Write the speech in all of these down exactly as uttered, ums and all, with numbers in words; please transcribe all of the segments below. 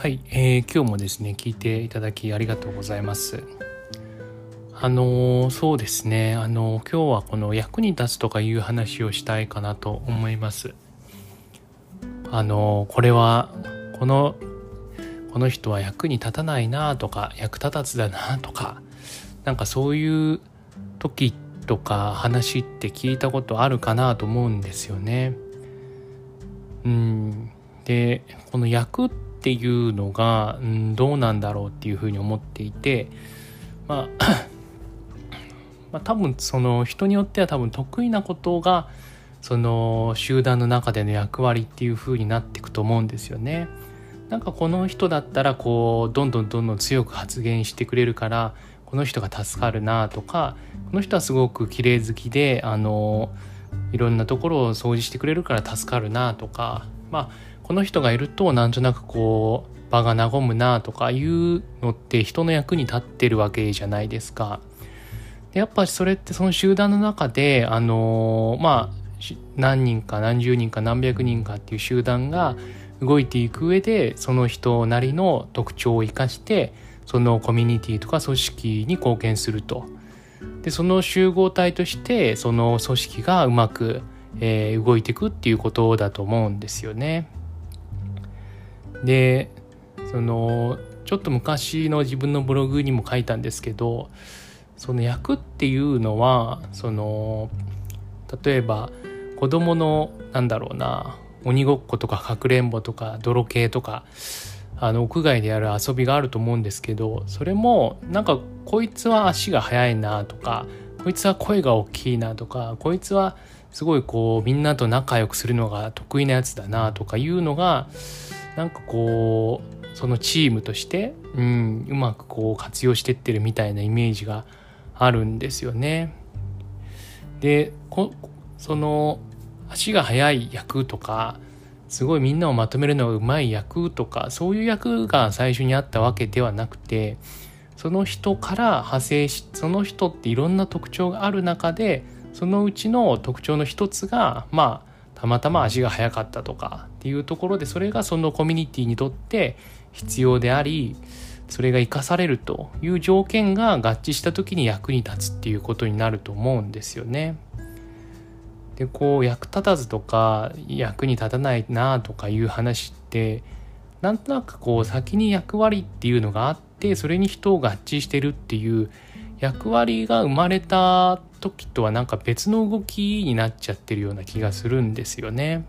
はい、えー、今日もですね聞いていただきありがとうございます。あのー、そうですねあのー、今日はこの役に立つとかいう話をしたいかなと思います。あのー、これはこのこの人は役に立たないなとか役立たずだなとかなんかそういう時とか話って聞いたことあるかなと思うんですよね。うんでこの役っていうのが、うん、どうなんだろうっていうふうに思っていて、まあ、まあ多分その人によっては多分得意なことがその集団の中での役割っていうふうになっていくと思うんですよね。なんかこの人だったらこうどんどんどんどん強く発言してくれるからこの人が助かるなとか、この人はすごく綺麗好きであのいろんなところを掃除してくれるから助かるなとか、まあこの人がいるとなんとなくこう場が和むなとかいうのって人の役に立ってるわけじゃないですか。でやっぱそれってその集団の中であのまあ何人か何十人か何百人かっていう集団が動いていく上でその人なりの特徴を生かしてそのコミュニティとか組織に貢献すると。でその集合体としてその組織がうまく、えー、動いていくっていうことだと思うんですよね。でそのちょっと昔の自分のブログにも書いたんですけど、その役っていうのはその例えば子供のなんだろうな鬼ごっことかかくれんぼとか泥系とかあの屋外でやる遊びがあると思うんですけど、それもなんかこいつは足が速いなとかこいつは声が大きいなとかこいつはすごいこうみんなと仲良くするのが得意なやつだなとかいうのがなんかこうそのチームとして、うん、うまくこう活用してってるみたいなイメージがあるんですよね。でこその足が速い役とかすごいみんなをまとめるのがうまい役とかそういう役が最初にあったわけではなくて、その人から派生しその人っていろんな特徴がある中でそのうちの特徴の一つがまあたまたま足が速かったとかっていうところでそれがそのコミュニティにとって必要でありそれが生かされるという条件が合致した時に役に立つっていうことになると思うんですよね。でこう役立たずとか役に立たないなとかいう話ってなんとなくこう先に役割っていうのがあってそれに人を合致してるっていう役割が生まれた時とはなんか別の動きになっちゃってるような気がするんですよね。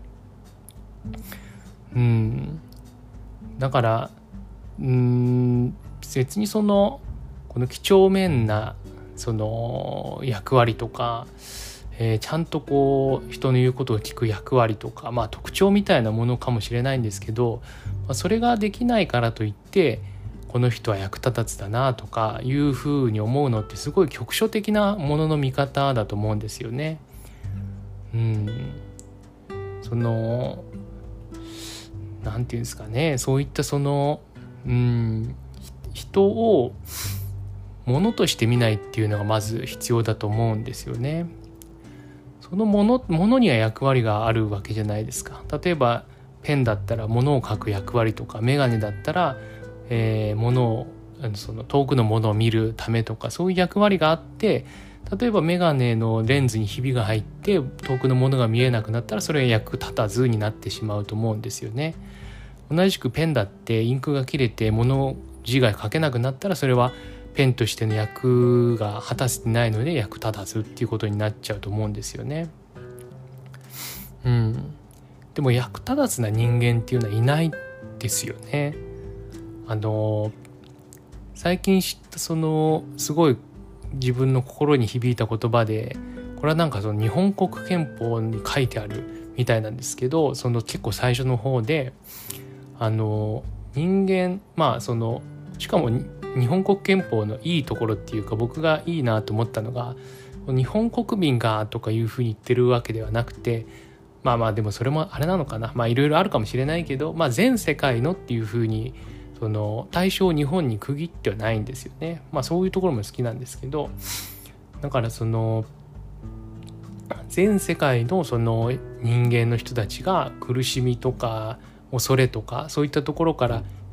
うんだからうーん別にそのこの几帳面なその役割とか、えー、ちゃんとこう人の言うことを聞く役割とか、まあ、特徴みたいなものかもしれないんですけど、まあ、それができないからといってこの人は役立たずだなとかいうふうに思うのってすごい局所的なものの見方だと思うんですよね。うんそのなんていうんですかね、そういったそのうん人を物として見ないっていうのがまず必要だと思うんですよね。そのもの、ものには役割があるわけじゃないですか。例えばペンだったら物を書く役割とか、メガネだったら、えー、物をその遠くのものを見るためとかそういう役割があって、例えばメガネのレンズにひびが入って遠くのものが見えなくなったらそれは役立たずになってしまうと思うんですよね。同じくペンだってインクが切れて物字が書けなくなったらそれはペンとしての役が果たせてないので役立たずっていうことになっちゃうと思うんですよね。うん。でも役立たずな人間っていうのはいないですよね。あの最近知ったそのすごい自分の心に響いた言葉で、これはなんかその日本国憲法に書いてあるみたいなんですけど、その結構最初の方であの人間まあそのしかも日本国憲法のいいところっていうか僕がいいなと思ったのが、日本国民がとかいうふうに言ってるわけではなくて、まあまあでもそれもあれなのかな、まあいろいろあるかもしれないけど、まあ全世界のっていうふうにその対象を日本に区切ってはないんですよね。まあそういうところも好きなんですけど、だからその全世界のその人間の人たちが苦しみとか恐れとかそういったところから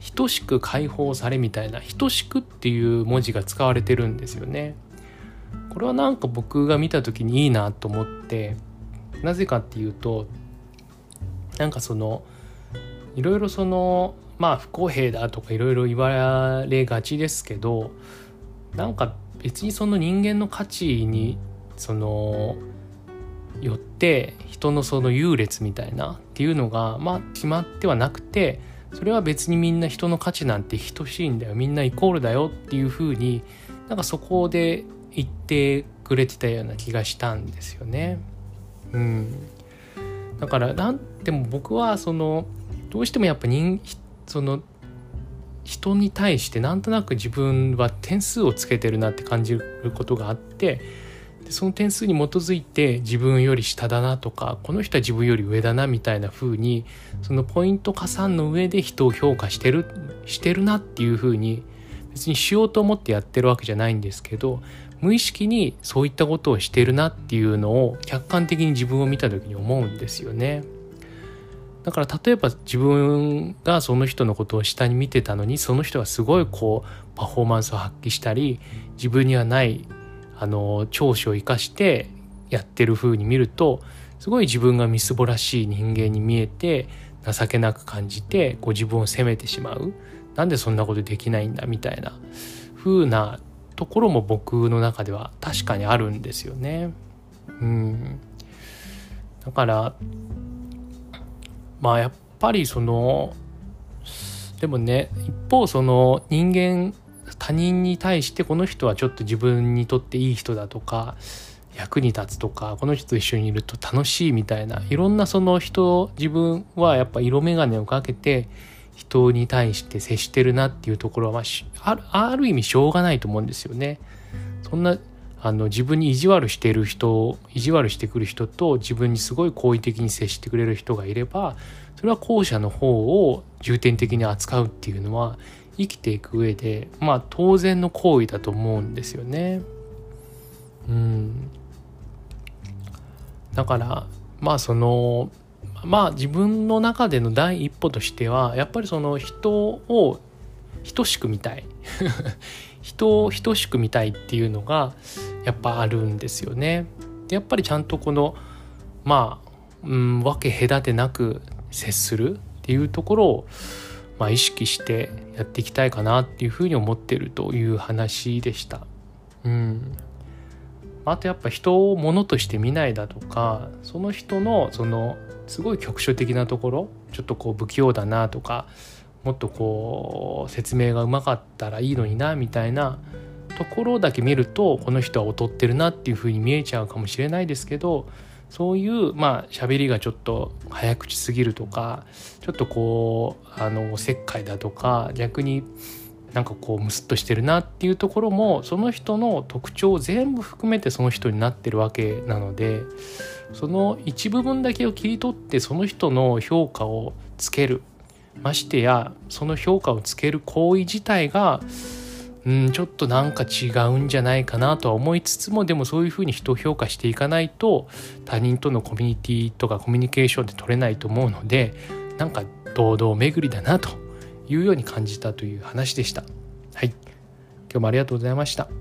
等しく解放されみたいな、等しくっていう文字が使われてるんですよね。これはなんか僕が見た時にいいなと思って、なぜかっていうと、なんかそのいろいろそのまあ不公平だとかいろいろ言われがちですけど、なんか別にその人間の価値にそのよって人のその優劣みたいなっていうのがまあ決まってはなくて、それは別にみんな人の価値なんて等しいんだよ、みんなイコールだよっていう風になんかそこで言ってくれてたような気がしたんですよね。うん、だからなんでも僕はそのどうしてもやっぱ人その人に対してなんとなく自分は点数をつけてるなって感じることがあって、でその点数に基づいて自分より下だなとか、この人は自分より上だなみたいな風に、そのポイント加算の上で人を評価してるしてるなっていう風に別にしようと思ってやってるわけじゃないんですけど、無意識にそういったことをしてるなっていうのを客観的に自分を見た時に思うんですよね。だから例えば自分がその人のことを下に見てたのに、その人がすごいこうパフォーマンスを発揮したり、自分にはないあの長所を生かしてやってる風に見ると、すごい自分がみすぼらしい人間に見えて情けなく感じて、こう自分を責めてしまう、なんでそんなことできないんだみたいな風なところも僕の中では確かにあるんですよね。うん、だからまあやっぱりそのでもね、一方その人間他人に対してこの人はちょっと自分にとっていい人だとか役に立つとか、この人と一緒にいると楽しいみたいな、いろんなその人、自分はやっぱ色眼鏡をかけて人に対して接してるなっていうところは、まあ、ある、ある意味しょうがないと思うんですよね。そんなあの自分に意地悪してる人、意地悪してくる人と自分にすごい好意的に接してくれる人がいれば、それは後者の方を重点的に扱うっていうのは生きていく上でまあ当然の行為だと思うんですよね。うん、だからまあそのまあ自分の中での第一歩としては、やっぱりその人を等しく見たい人を等しく見たいっていうのがやっぱあるんですよね。でやっぱりちゃんとこのまあ、うん、分け隔てなく接するっていうところを、まあ、意識してやっていきたいかなっていうふうに思っているという話でした。うん、あとやっぱ人を物として見ないだとか、その人のそのすごい局所的なところ、ちょっとこう不器用だなとか、もっとこう説明がうまかったらいいのになみたいなところだけ見ると、この人は劣ってるなっていう風に見えちゃうかもしれないですけど、そういうまあ喋りがちょっと早口すぎるとか、ちょっとこうあのおせっかいだとか、逆になんかこうムスッとしてるなっていうところも、その人の特徴を全部含めてその人になってるわけなので、その一部分だけを切り取ってその人の評価をつける、ましてやその評価をつける行為自体がうんちょっとなんか違うんじゃないかなとは思いつつも、でもそういうふうに人を評価していかないと他人とのコミュニティとかコミュニケーションで取れないと思うので、なんか堂々巡りだなというように感じたという話でした。はい、今日もありがとうございました。